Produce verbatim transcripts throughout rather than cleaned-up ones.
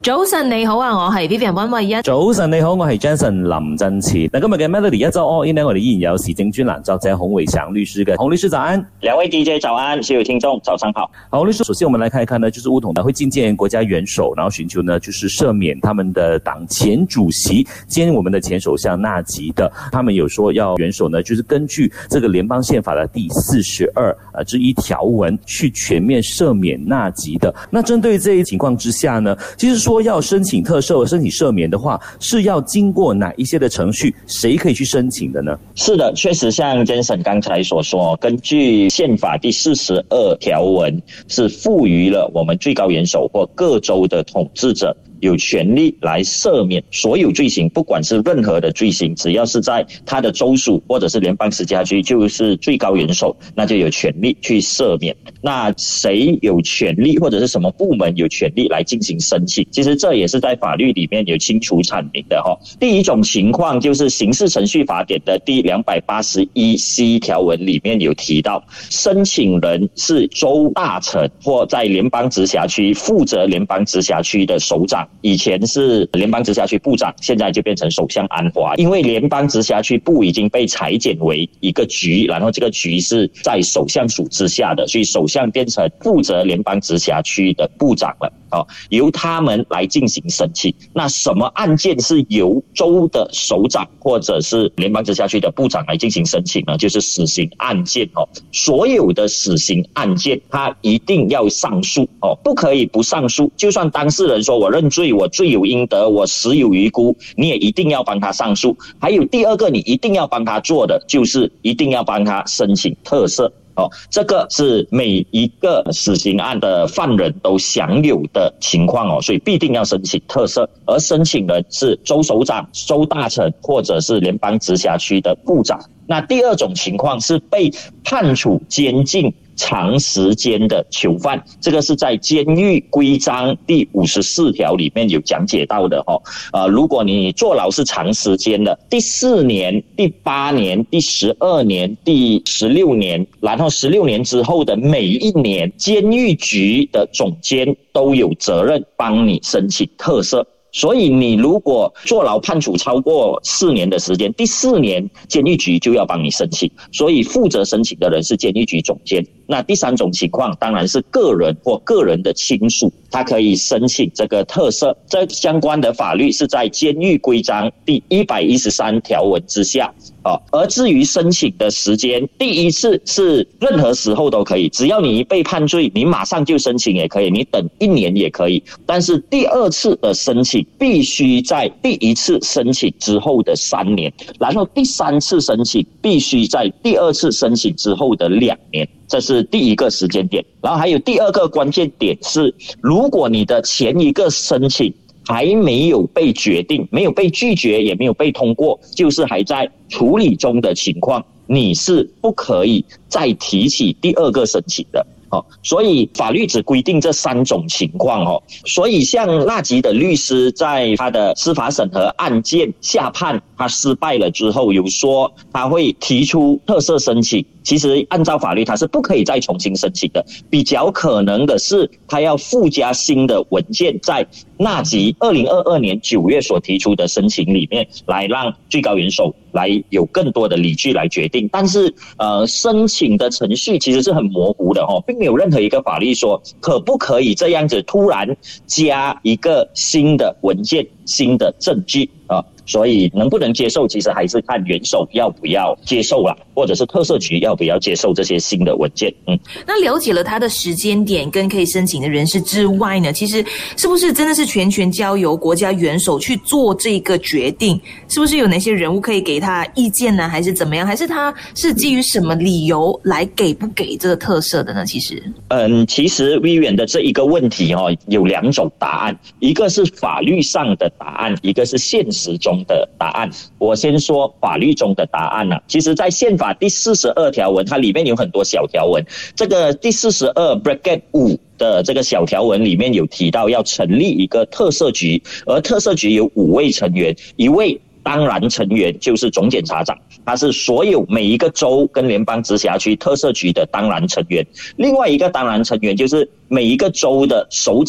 早晨你好啊，我係 Vivian 溫慧欣。 早晨你好，我係 Jason 林振慈。嗱，今日嘅 Melody 一周 All In 呢，我哋依然有時政專欄作者洪偉祥律師嘅，洪律師早安。 兩位 D J 早安，所有聽眾早上好。 好，律師，首先我們來看一看呢，就是巫統呢會覲見國家元首，然後尋求呢就是赦免他們的黨前主席兼我們的前首相納吉的。他們有說要元首呢，就是根據這個聯邦憲法的第四十二呃之一條文去全面赦免納吉的。那針對這一情況之下呢，其實說要申請特赦、申請赦免的話，是要經過哪一些的程序？誰可以去申請的呢？ 是的，確實像 Jensen 剛才所說，根據憲法第四十二條文，是賦予了我們最高元首或各州的統治者有權利來赦免所有罪行，不管是任何的罪行，只要是在他的州屬或者是聯邦直轄區，就是最高元首，那就有權利去赦免。那誰有權利或者是什麼部門有權利來進行申請？其實這也是在法律裡面有清楚闡明的。第一種情況就是刑事程序法典的第兩百八十一 C 條文裡面有提到，申請人是州大臣或在聯邦直轄區負責聯邦直轄區的首長。以前是聯邦直轄區部長，現在就變成首相安華，因為聯邦直轄區部已經被裁減為一個局，然後這個局是在首相署之下的，所以首相變成負責聯邦直轄區的部長了。哦，由他們來進行申請。那什麼案件是由州的首長或者是聯邦直轄區的部長來進行申請呢？就是死刑案件哦，所有的死刑案件，他一定要上訴哦，不可以不上訴。就算當事人說我認罪，我罪有應得，我死有餘辜，你也一定要幫他上訴。還有第二個，你一定要幫他做的，就是一定要幫他申請特赦。哦，这个是每一个死刑案的犯人都享有的情况哦，所以必定要申请特赦，而申请人是州首长、州大臣或者是联邦直辖区的部长。那第二种情况是被判处监禁长时间的囚犯，这个是在监狱规章第五十四条里面有讲解到的哦。呃，如果你坐牢是长时间的，第四年、第八年、第十二年、第十六年，然后十六年之后的每一年，监狱局的总监都有责任帮你申请特赦。所以你如果坐牢判处超过四年的时间，第四年监狱局就要帮你申请，所以负责申请的人是监狱局总监。那第三种情况当然是个人或个人的亲属，他可以申请这个特赦。这相关的法律是在监狱规章第一百一十三条文之下。哦，而至于申请的时间，第一次是任何时候都可以，只要你被判罪，你马上就申请也可以，你等一年也可以。但是第二次的申请必须在第一次申请之后的三年，然后第三次申请必须在第二次申请之后的两年。这是第一个时间点。然后还有第二个关键点是，如果你的前一个申请还没有被决定，没有被拒绝，也没有被通过，就是还在处理中的情况，你是不可以再提起第二个申请的。哦，所以法律只规定这三种情况哦。所以像纳吉的律师在他的司法审核案件下判他失败了之后，有说他会提出特赦申请。其实按照法律他是不可以再重新申请的，比较可能的是他要附加新的文件在纳吉二零二二年九月所提出的申请里面，来让最高元首来有更多的理据来决定。但是呃，申请的程序其实是很模糊的哦，并没有任何一个法律说可不可以这样子突然加一个新的文件、新的证据啊。所以能不能接受，其实还是看元首要不要接受啦，或者是特赦局要不要接受这些新的文件。嗯， 那了解了他的时间点跟可以申请的人士之外呢，其实是不是真的是全权交由国家元首去做这个决定？是不是有哪些人物可以给他意见呢？还是怎么样？还是他是基于什么理由来给不给这个特赦的呢？其实， 嗯，其实 Vivian 的这一个问题哦，有两种答案，一个是法律上的答案，一个是现实中的答案。我先说法律中的答案啊，其实在宪法第四十二条文，它里面有很多小条文，这个第四十二 bracket 五的这个小条文里面有提到要成立一个特赦局，而特赦局有五位成员，一位当然成员就是总检察长，他是所有每一个州跟联邦直辖区特赦局的当然成员。另外一个当然成员就是每一个州的首长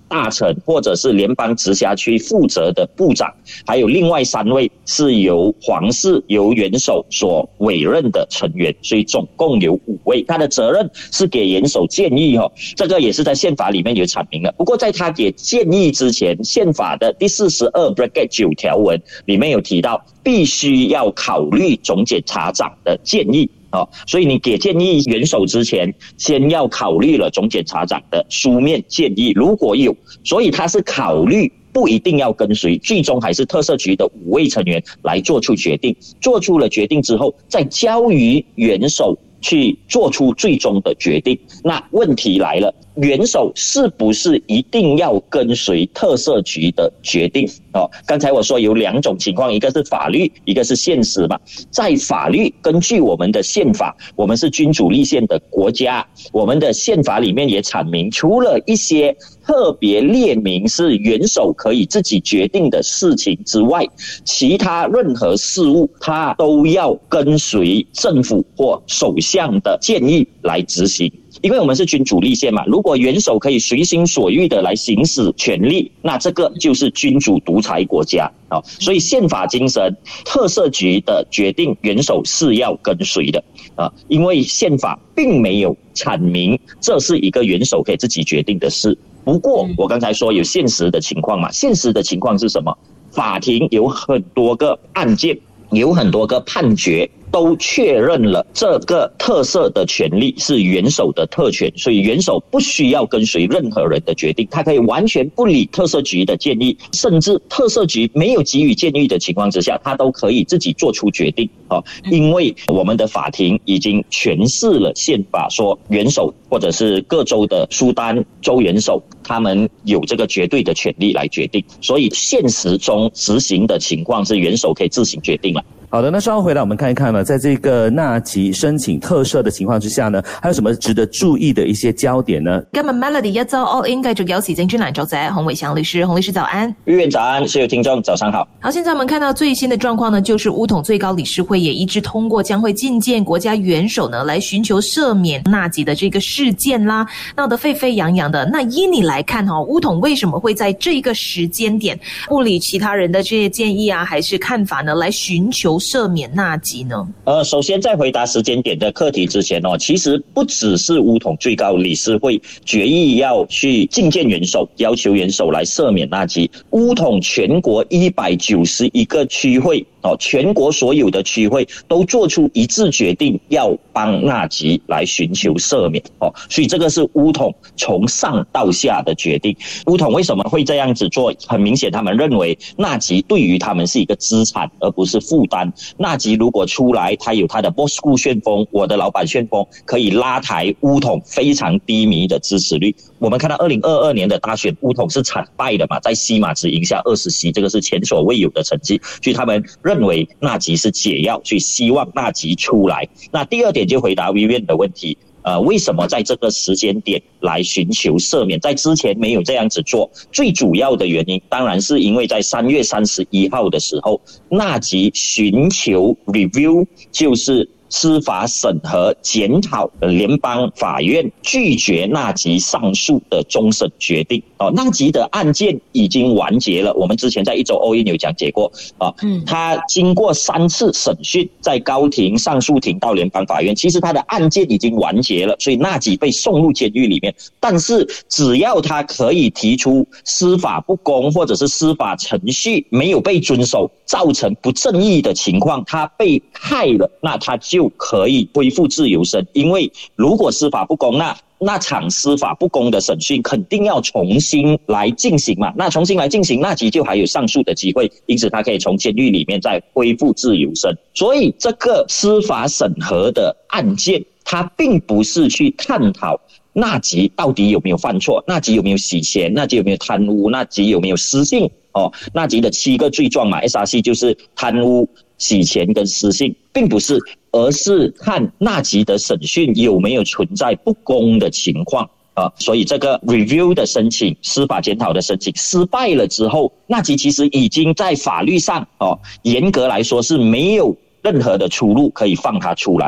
大臣或者是联邦直辖区负责的部长，还有另外三位是由皇室由元首所委任的成员，所以总共有五位。他的责任是给元首建议哦，这个也是在宪法里面有阐明的。不过在他给建议之前，宪法的第四十二 bracket 九条文里面有提到，必须要考虑总检察长的建议。哦，所以你给建议元首之前，先要考虑了总检察长的书面建议，如果有，所以他是考虑不一定要跟随，最终还是特赦局的五位成员来做出决定，做出了决定之后，再交于元首去做出最终的决定。那问题来了，元首是不是一定要跟随特赦局的决定？哦，刚才我说有两种情况，一个是法律，一个是现实嘛。在法律，根据我们的宪法，我们是君主立宪的国家，我们的宪法里面也阐明，除了一些特别列明是元首可以自己决定的事情之外，其他任何事务他都要跟随政府或首相的建议来执行。因为我们是君主立宪嘛，如果元首可以随心所欲的来行使权力，那这个就是君主独裁国家啊。所以宪法精神，特赦局的决定，元首是要跟随的啊。因为宪法并没有阐明这是一个元首可以自己决定的事。不过我刚才说有现实的情况嘛，现实的情况是什么？法庭有很多个案件，有很多个判决，都确认了这个特赦的权利是元首的特权，所以元首不需要跟随任何人的决定，他可以完全不理特赦局的建议，甚至特赦局没有给予建议的情况之下，他都可以自己做出决定。因为我们的法庭已经诠释了宪法，说元首或者是各州的苏丹州元首，他们有这个绝对的权利来决定，所以现实中执行的情况是元首可以自行决定了。 好的，那稍后回来我们看一看呢，在这个纳吉申请特赦的情況之下呢，還有什麼值得注意的一些焦點呢？ 今日 Melody 一周 All In 繼續有時政專欄作者洪偉祥律師，洪律師早安。 玉苑早安，所有聽眾早上好。 好，現在我們看到最新的狀況呢，就是巫統最高理事會也一致通過，將會進見國家元首呢，來尋求赦免納吉的這個事件啦，鬧得沸沸揚揚的。那依你來看哈，巫統為什麼會在這個時間點不理其他人的這些建議啊，還是看法呢，來尋求赦免納吉呢？ 呃，首先在回答時間點的課題之前哦，其實不只是巫統最高理事會決議要去覲見元首，要求元首來赦免納吉，巫統全國一百九十一個區會哦，全國所有的區會都做出一致決定，要幫納吉來尋求赦免哦，所以這個是巫統從上到下的決定。巫統為什麼會這樣子做？很明顯，他們認為納吉對於他們是一個資產，而不是負擔。納吉如果出來，他有他的 boss school 旋風，我的老闆旋風，可以拉抬巫統非常低迷的支持率。我們看到二零二二年的大選，巫統是慘敗的嘛，在西馬只贏下二十席，這個是前所未有的成績，所以他們認為納吉是解藥，所以希望納吉出來。那第二點就回答 Vivian 的問題，呃，為什麼在這個時間點來尋求赦免，在之前沒有這樣子做？最主要的原因當然是因為在三月三十一號的時候，納吉尋求 review， 就是司法審核檢討聯邦法院拒絕納吉上訴的終審決定。哦，納吉的案件已經完結了，我們之前在一周 All In 有講解過啊。嗯，他經過三次審訊，在高庭、上訴庭到聯邦法院，其實他的案件已經完結了，所以納吉被送入監獄裡面。但是只要他可以提出司法不公或者是司法程序沒有被遵守，造成不正義的情況，他被害了，那他就就可以恢復自由身，因為如果司法不公，那那場司法不公的審訊肯定要重新來進行嘛，那重新來進行，納吉就還有上訴的機會，因此他可以從監獄裡面再恢復自由身。所以這個司法審核的案件，它並不是去探討納吉到底有沒有犯錯，納吉有沒有洗錢，納吉有沒有貪污，納吉有沒有失信哦，納吉的七個罪狀嘛 ，S R C 就是貪污、洗錢跟失信，並不是，而是看納吉的審訊有沒有存在不公的情況啊。所以這個 review 的申請、司法檢討的申請失敗了之後，納吉其實已經在法律上哦，嚴格來說是沒有任何的出路可以放他出來了。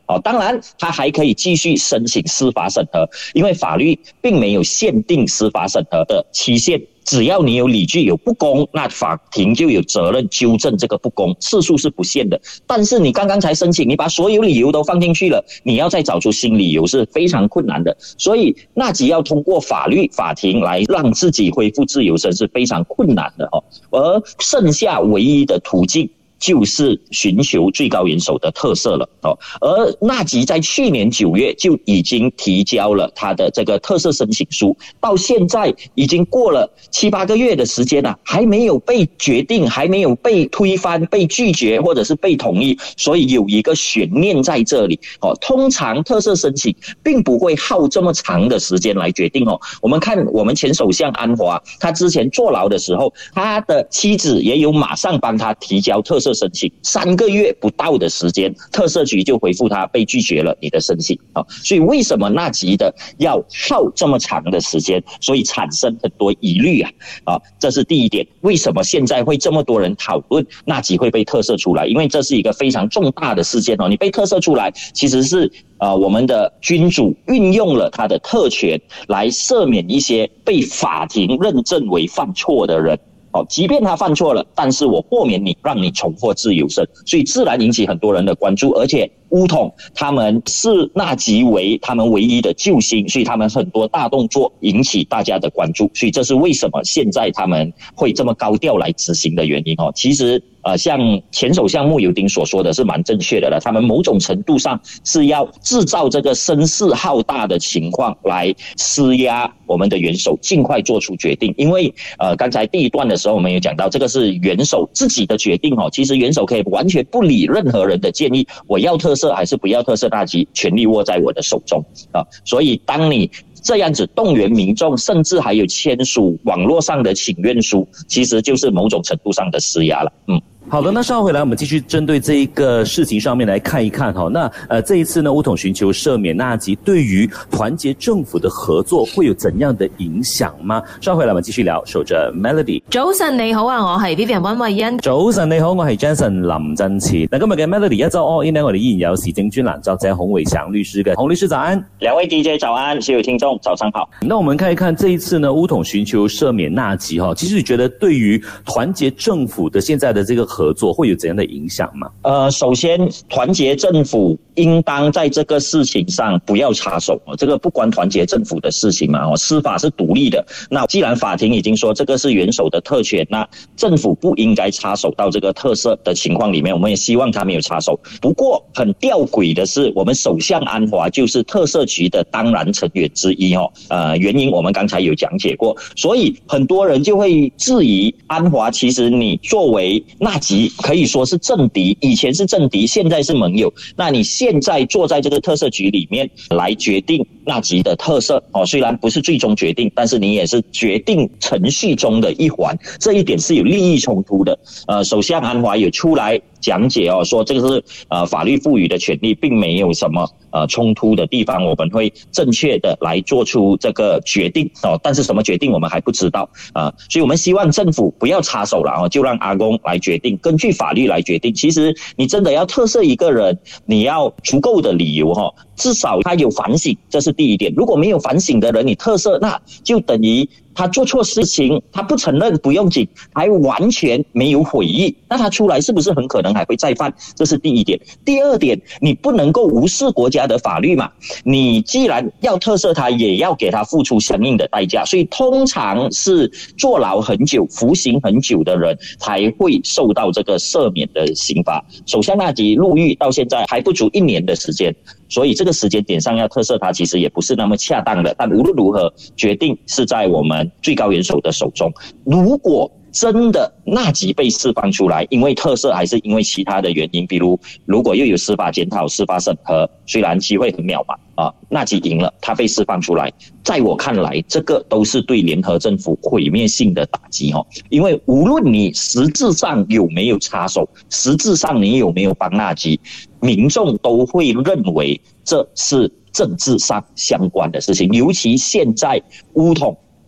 哦，当然他还可以继续申请司法审核，因为法律并没有限定司法审核的期限。只要你有理据有不公，那法庭就有责任纠正这个不公，次数是不限的。但是你刚刚才申请，你把所有理由都放进去了，你要再找出新理由是非常困难的。所以纳吉要通过法律法庭来让自己恢复自由身是非常困难的哦。而剩下唯一的途径就是寻求最高元首的特赦了哦，而纳吉在去年九月就已经提交了他的这个特赦申请书，到现在已经过了七八个月的时间了，还没有被决定，还没有被推翻、被拒绝或者是被同意，所以有一个悬念在这里哦。通常特赦申请并不会耗这么长的时间来决定哦。我们看我们前首相安华，他之前坐牢的时候，他的妻子也有马上帮他提交特赦申请，三个月不到的时间，特赦局就回复他被拒绝了你的申请啊。所以为什么纳吉的要耗这么长的时间？所以产生很多疑虑啊啊，这是第一点。为什么现在会这么多人讨论纳吉会被特赦出来？因为这是一个非常重大的事件哦。你被特赦出来，其实是呃我们的君主运用了他的特权来赦免一些被法庭认证为犯错的人。哦，即便他犯错了，但是我豁免你，让你重获自由身，所以自然引起很多人的关注。而且巫统他们视纳吉为他们唯一的救星，所以他们很多大动作引起大家的关注，所以这是为什么现在他们会这么高调来执行的原因哦。其实呃，像前首相慕尤丁所说的是蛮正确的了，他们某种程度上是要制造这个声势浩大的情况来施压我们的元首尽快做出决定。因为呃，刚才第一段的时候我们有讲到，这个是元首自己的决定哦。其实元首可以完全不理任何人的建议，我要特赦还是不要特赦纳吉，权力握在我的手中啊。所以当你这样子动员民众，甚至还有签署网络上的请愿书，其实就是某种程度上的施压了。嗯。 好的，那稍后回来我们继续针对这一个事情上面来看一看哈。那呃这一次呢，巫统寻求赦免纳吉，对于团结政府的合作会有怎样的影響嗎？稍後回來我們繼續聊，守着 Melody。 早晨你好啊，我係 Vivian 溫慧欣。 早晨你好，我係 Jason 林振前。那今日嘅 Melody 一周 All In 呢，我哋依然有時政專欄作者洪偉祥律師嘅，洪律師早安。 兩位 D J 早安，所有聽眾早上好。 那我們看一看這一次呢，巫統尋求赦免納吉哈，其實你覺得對於團結政府的現在的這個合作會有怎樣的影響嗎？ 呃，首先團結政府應當在這個事情上不要插手，這個不關團結政府的事情嘛，司法是獨立的。那既然法庭已經說這個是元首的特權，那政府不應該插手到這個特赦的情況裡面，我們也希望他沒有插手。不過很弔詭的是，我們首相安華就是特赦局的當然成員之一哦。呃，原因我們剛才有講解過，所以很多人就會質疑安華，其實你作為納吉可以說是政敵，以前是政敵，現在是盟友，那你現在坐在這個特赦局裡面來決定納吉的特赦哦，雖然不是最終決定，但是你也是決定程序中的一環，這一點是有利益衝突的。呃，首相安華有出來講解哦，說這個是呃法律賦予的權利，並沒有什麼呃衝突的地方，我們會正確的來做出這個決定哦。但是什麼決定我們還不知道啊、呃，所以我們希望政府不要插手了哦，就讓阿公來決定，根據法律來決定。其實你真的要特赦一個人，你要足夠的理由哈，至少他有反省，這是第一點。如果沒有反省的人，你特赦，那就等於他做錯事情，他不承認不用緊，還完全沒有悔意，那他出來是不是很可能還會再犯？這是第一點。第二點，你不能夠無視國家的法律嘛，你既然要特赦他，也要給他付出相應的代價，所以通常是坐牢很久、服刑很久的人才會受到這個赦免的刑罰。首相納吉入獄到現在還不足一年的時間，所以這個時間點上要特赦他，其實也不是那麼恰當的。但無論如何，決定是在我們最高元首的手中。如果真的納吉被釋放出來，因為特赦還是因為其他的原因，比如如果又有司法檢討、司法審核，雖然機會很渺茫啊，納吉贏了，他被釋放出來，在我看來，這個都是對聯合政府毀滅性的打擊哦。因為無論你實質上有沒有插手，實質上你有沒有幫納吉，民眾都會認為這是政治上相關的事情，尤其現在巫統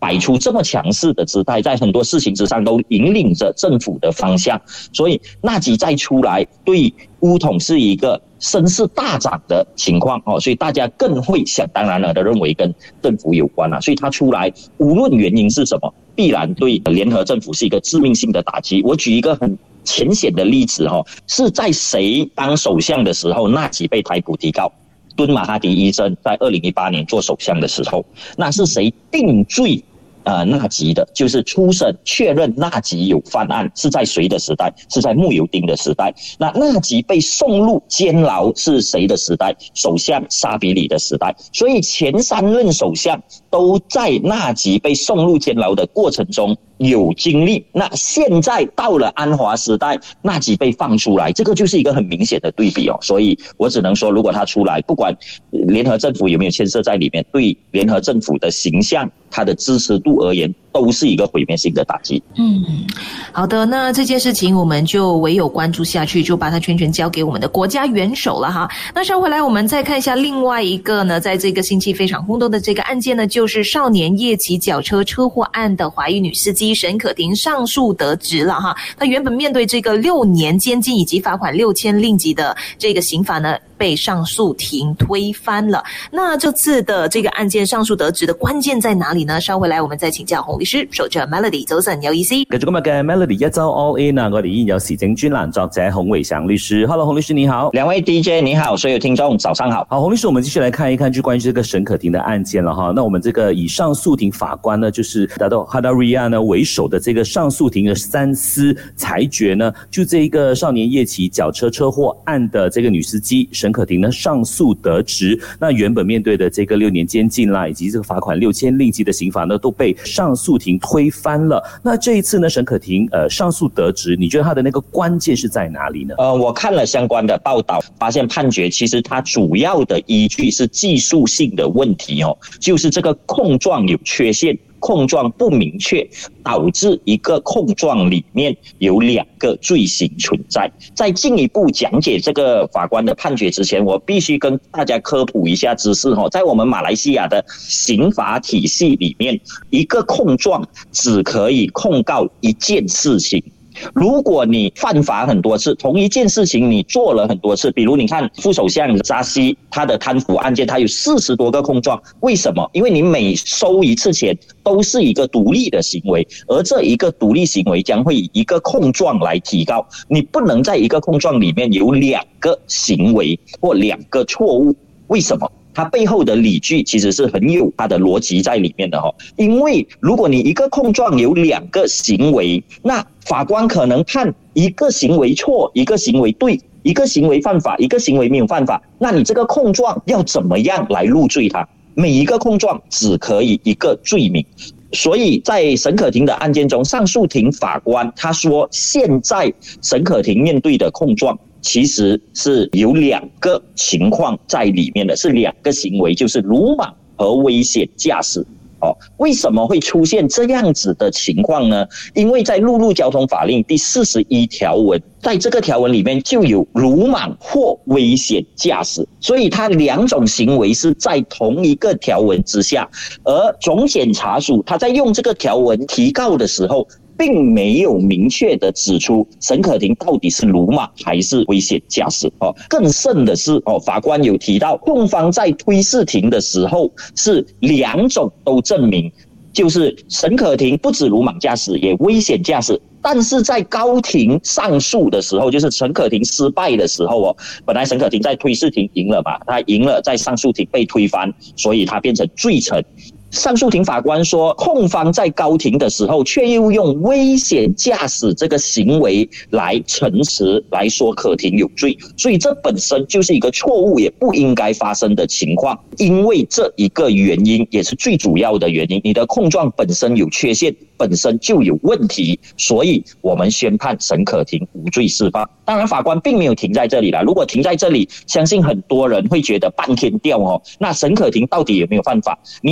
摆出这么强势的姿态，在很多事情之上都引领着政府的方向，所以纳吉再出来对巫统是一个声势大涨的情况哦，所以大家更会想当然了的认为跟政府有关了，所以他出来无论原因是什么，必然对联合政府是一个致命性的打击。我举一个很浅显的例子哦，是在谁当首相的时候，纳吉被台普提告，敦马哈迪医生在二零一八年做首相的时候，那是谁定罪呃，纳吉的，就是初审确认纳吉有犯案，是在谁的时代？是在慕尤丁的时代。那纳吉被送入监牢是谁的时代？首相沙比里的时代。所以前三任首相都在纳吉被送入监牢的过程中有经历。那现在到了安华时代，纳吉被放出来，这个就是一个很明显的对比哦。所以我只能说，如果他出来，不管联合政府有没有牵涉在里面，对联合政府的形象、他的支持度而言，都是一个毁灭性的打击。 嗯，好的，那这件事情我们就唯有关注下去，就把它全权交给我们的国家元首了哈。那稍回来，我们再看一下另外一个呢，在这个星期非常轰动的这个案件呢，就是少年夜骑脚车车祸案的华裔女司机沈可婷上诉得直了哈。她原本面对这个六年监禁以及罚款六千令吉的这个刑罚呢，被上诉庭推翻了。那这次的这个案件上诉得直的关键在哪里呢？稍回来我们再请教洪律師，守着 Melody 早晨有意思。 繼續今日嘅 Melody 一周 All In 啊，我哋依然有時政專欄作者洪偉祥律師。Hello， 洪律師你好。 兩位 D J 你好，所有聽眾早上好。 好，洪律師，我們繼續來看一看就關於這個沈可婷的案件了哈。那我們這個以上訴庭法官呢，就是達到 Hadaria 呢為首的這個上訴庭的三司裁決呢，就這一個少年夜騎腳車車禍案的這個女司機沈可婷呢上訴得直。那原本面對的這個六年監禁啦，以及這個罰款六千令吉的刑罰呢，都被上訴庭推翻了。那這一次呢，沈可婷呃上訴得直，你覺得他的那個關鍵是在哪裡呢？ 呃，我看了相關的報道，發現判決其實它主要的依據是技術性的問題哦，就是這個控狀有缺陷，控狀不明確，導致一個控狀裡面有兩個罪行存在。在進一步講解這個法官的判決之前，我必須跟大家科普一下知識哦。在我們馬來西亞的刑法體系裡面，一個控狀只可以控告一件事情。如果你犯法很多次，同一件事情你做了很多次，比如你看副首相扎西他的貪腐案件，他有四十多個控狀，為什麼？因為你每收一次錢都是一個獨立的行為，而這一個獨立行為將會以一個控狀來提告，你不能在一個控狀裡面有兩個行為或兩個錯誤，為什麼？它背後的理據其實是很有它的邏輯在裡面的哦。因為如果你一個控狀有兩個行為，那法官可能判一個行為錯，一個行為對，一個行為犯法，一個行為沒有犯法，那你這個控狀要怎麼樣來入罪它？每一個控狀只可以一個罪名。所以在沈可婷的案件中，上訴庭法官他說，現在沈可婷面對的控狀其實是有兩個情況在裡面的，是兩個行為，就是魯莽和危險駕駛。哦，為什麼會出現這樣子的情況呢？因為在陸路交通法令第四十一條文，在這個條文裡面就有魯莽或危險駕駛，所以它兩種行為是在同一個條文之下。而總檢察署他在用這個條文提告的時候，並沒有明確的指出沈可婷到底是魯莽還是危險駕駛哦。更甚的是哦，法官有提到，控方在推事庭的時候是兩種都證明，就是沈可婷不止魯莽駕駛，也危險駕駛。但是在高庭上訴的時候，就是沈可婷失敗的時候哦，本來沈可婷在推事庭贏了嘛，他贏了，在上訴庭被推翻，所以他變成罪成。上訴庭法官說，控方在高庭的時候卻又用危險駕駛這個行為來陳詞來說可婷有罪，所以這本身就是一個錯誤，也不應該發生的情況。因為這一個原因也是最主要的原因，你的控狀本身有缺陷，本身就有問題，所以我們宣判沈可婷無罪釋放。當然法官並沒有停在這裡啦，如果停在這裡，相信很多人會覺得半天吊哦，那沈可婷到底有沒有犯法？你只是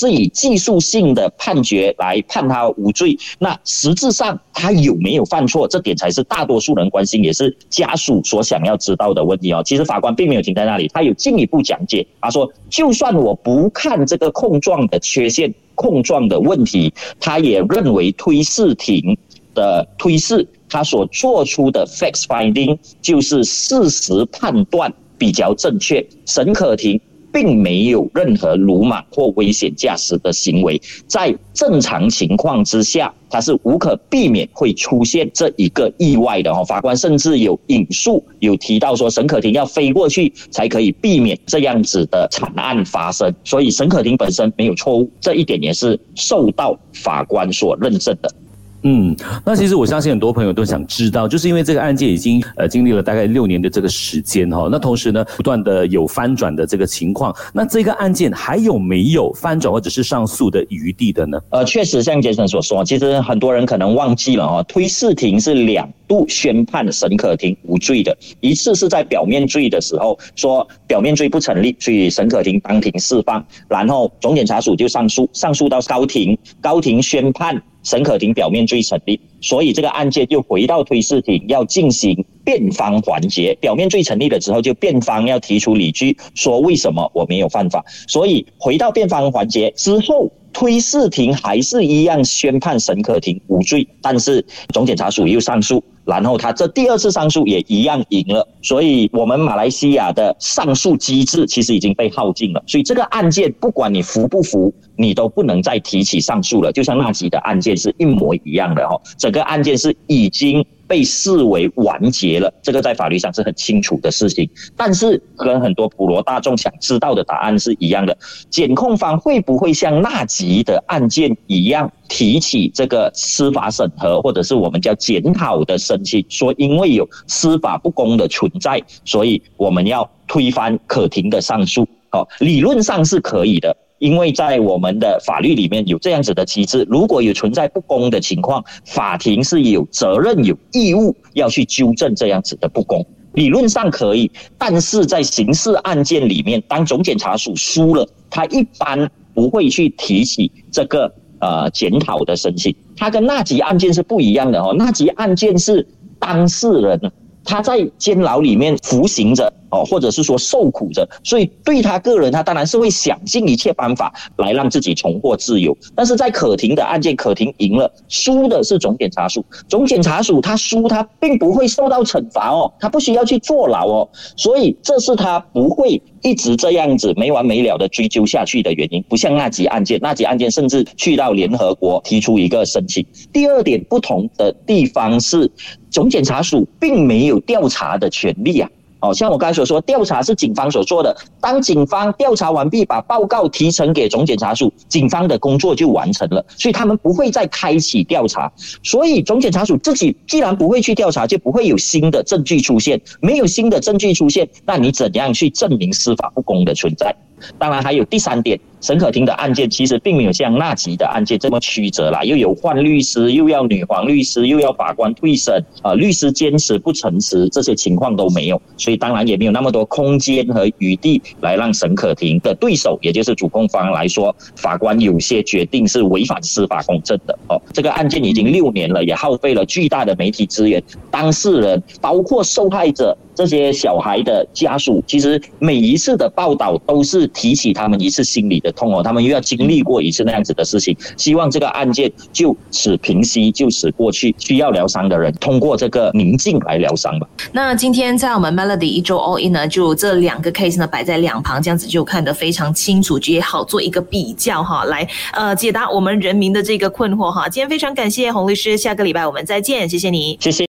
是以技术性的判决来判他无罪，那实质上他有没有犯错，这点才是大多数人关心，也是家属所想要知道的问题哦。其实法官并没有停在那里，他有进一步讲解，他说就算我不看这个控状的缺陷、控状的问题，他也认为推事庭的推事他所做出的 facts finding 就是事实判断比较正确，沈可婷并没有任何鲁莽或危险驾驶的行为，在正常情况之下，它是无可避免会出现这一个意外的哦。法官甚至有引述，有提到说沈可婷要飞过去才可以避免这样子的惨案发生，所以沈可婷本身没有错误，这一点也是受到法官所认证的。 嗯，那其实我相信很多朋友都想知道，就是因为这个案件已经呃经历了大概六年的这个时间哈、哦，那同时呢不断的有翻转的这个情况，那这个案件还有没有翻转或者是上诉的余地的呢？呃， 确实像杰森所说，其实很多人可能忘记了哦，推事庭是两度宣判沈可婷无罪的，一次是在表面罪的时候说表面罪不成立，所以沈可婷当庭释放，然后总检察署就上诉，上诉到高庭，高庭宣判沈可婷表面罪成立，所以这个案件又回到推事庭要进行辩方环节。表面罪成立了之后，就辩方要提出理据，说为什么我没有犯法。所以回到辩方环节之后，推事庭还是一样宣判沈可婷无罪，但是总检察署又上诉，然后他这第二次上诉也一样赢了，所以我们马来西亚的上诉机制其实已经被耗尽了，所以这个案件不管你服不服，你都不能再提起上诉了，就像纳吉的案件是一模一样的哦，整个案件是已经被视为完结了，这个在法律上是很清楚的事情。但是跟很多普罗大众想知道的答案是一样的，检控方会不会像纳吉的案件一样提起这个司法审核或者是我们叫检讨的申请，说因为有司法不公的存在，所以我们要推翻可婷的上诉。哦，理论上是可以的，因为在我们的法律里面有这样子的机制，如果有存在不公的情况，法庭是有责任有义务要去纠正这样子的不公，理论上可以。但是在刑事案件里面，当总检察署输了，他一般不会去提起这个呃检讨的申请。他跟纳吉案件是不一样的哦，纳吉案件是当事人他在监牢里面服刑着哦，或者是说受苦着，所以对他个人，他当然是会想尽一切办法来让自己重获自由。但是在可婷的案件，可婷赢了，输的是总检察署，总检察署他输，他并不会受到惩罚哦，他不需要去坐牢哦，所以这是他不会一直这样子没完没了的追究下去的原因。不像纳吉案件，纳吉案件甚至去到联合国提出一个申请。第二点不同的地方是，总检察署并没有调查的权利啊。哦，像我刚才所说，调查是警方所做的。当警方调查完毕，把报告提呈给总检察署，警方的工作就完成了，所以他们不会再开启调查。所以总检察署自己既然不会去调查，就不会有新的证据出现。没有新的证据出现，那你怎样去证明司法不公的存在？当然还有第三点，沈可婷的案件其实并没有像纳吉的案件这么曲折啦，又有换律师，又要女皇律师，又要法官退审，呃，律师坚持不陈词，这些情况都没有，所以当然也没有那么多空间和余地来让沈可婷的对手，也就是主控方来说，法官有些决定是违反司法公正的哦。这个案件已经六年了，也耗费了巨大的媒体资源，当事人包括受害者这些小孩的家属，其实每一次的报道都是提起他们一次心里的痛哦，他们又要经历过一次那样子的事情，希望这个案件就此平息，就此过去，需要疗伤的人通过这个宁静来疗伤吧。 那今天在我们 Melody 一周 All In 呢，就这两个 case 呢摆在两旁，这样子就看得非常清楚，也好做一个比较哈，来呃解答我们人民的这个困惑哈。今天非常感谢洪律师，下个礼拜我们再见，谢谢你， 谢谢。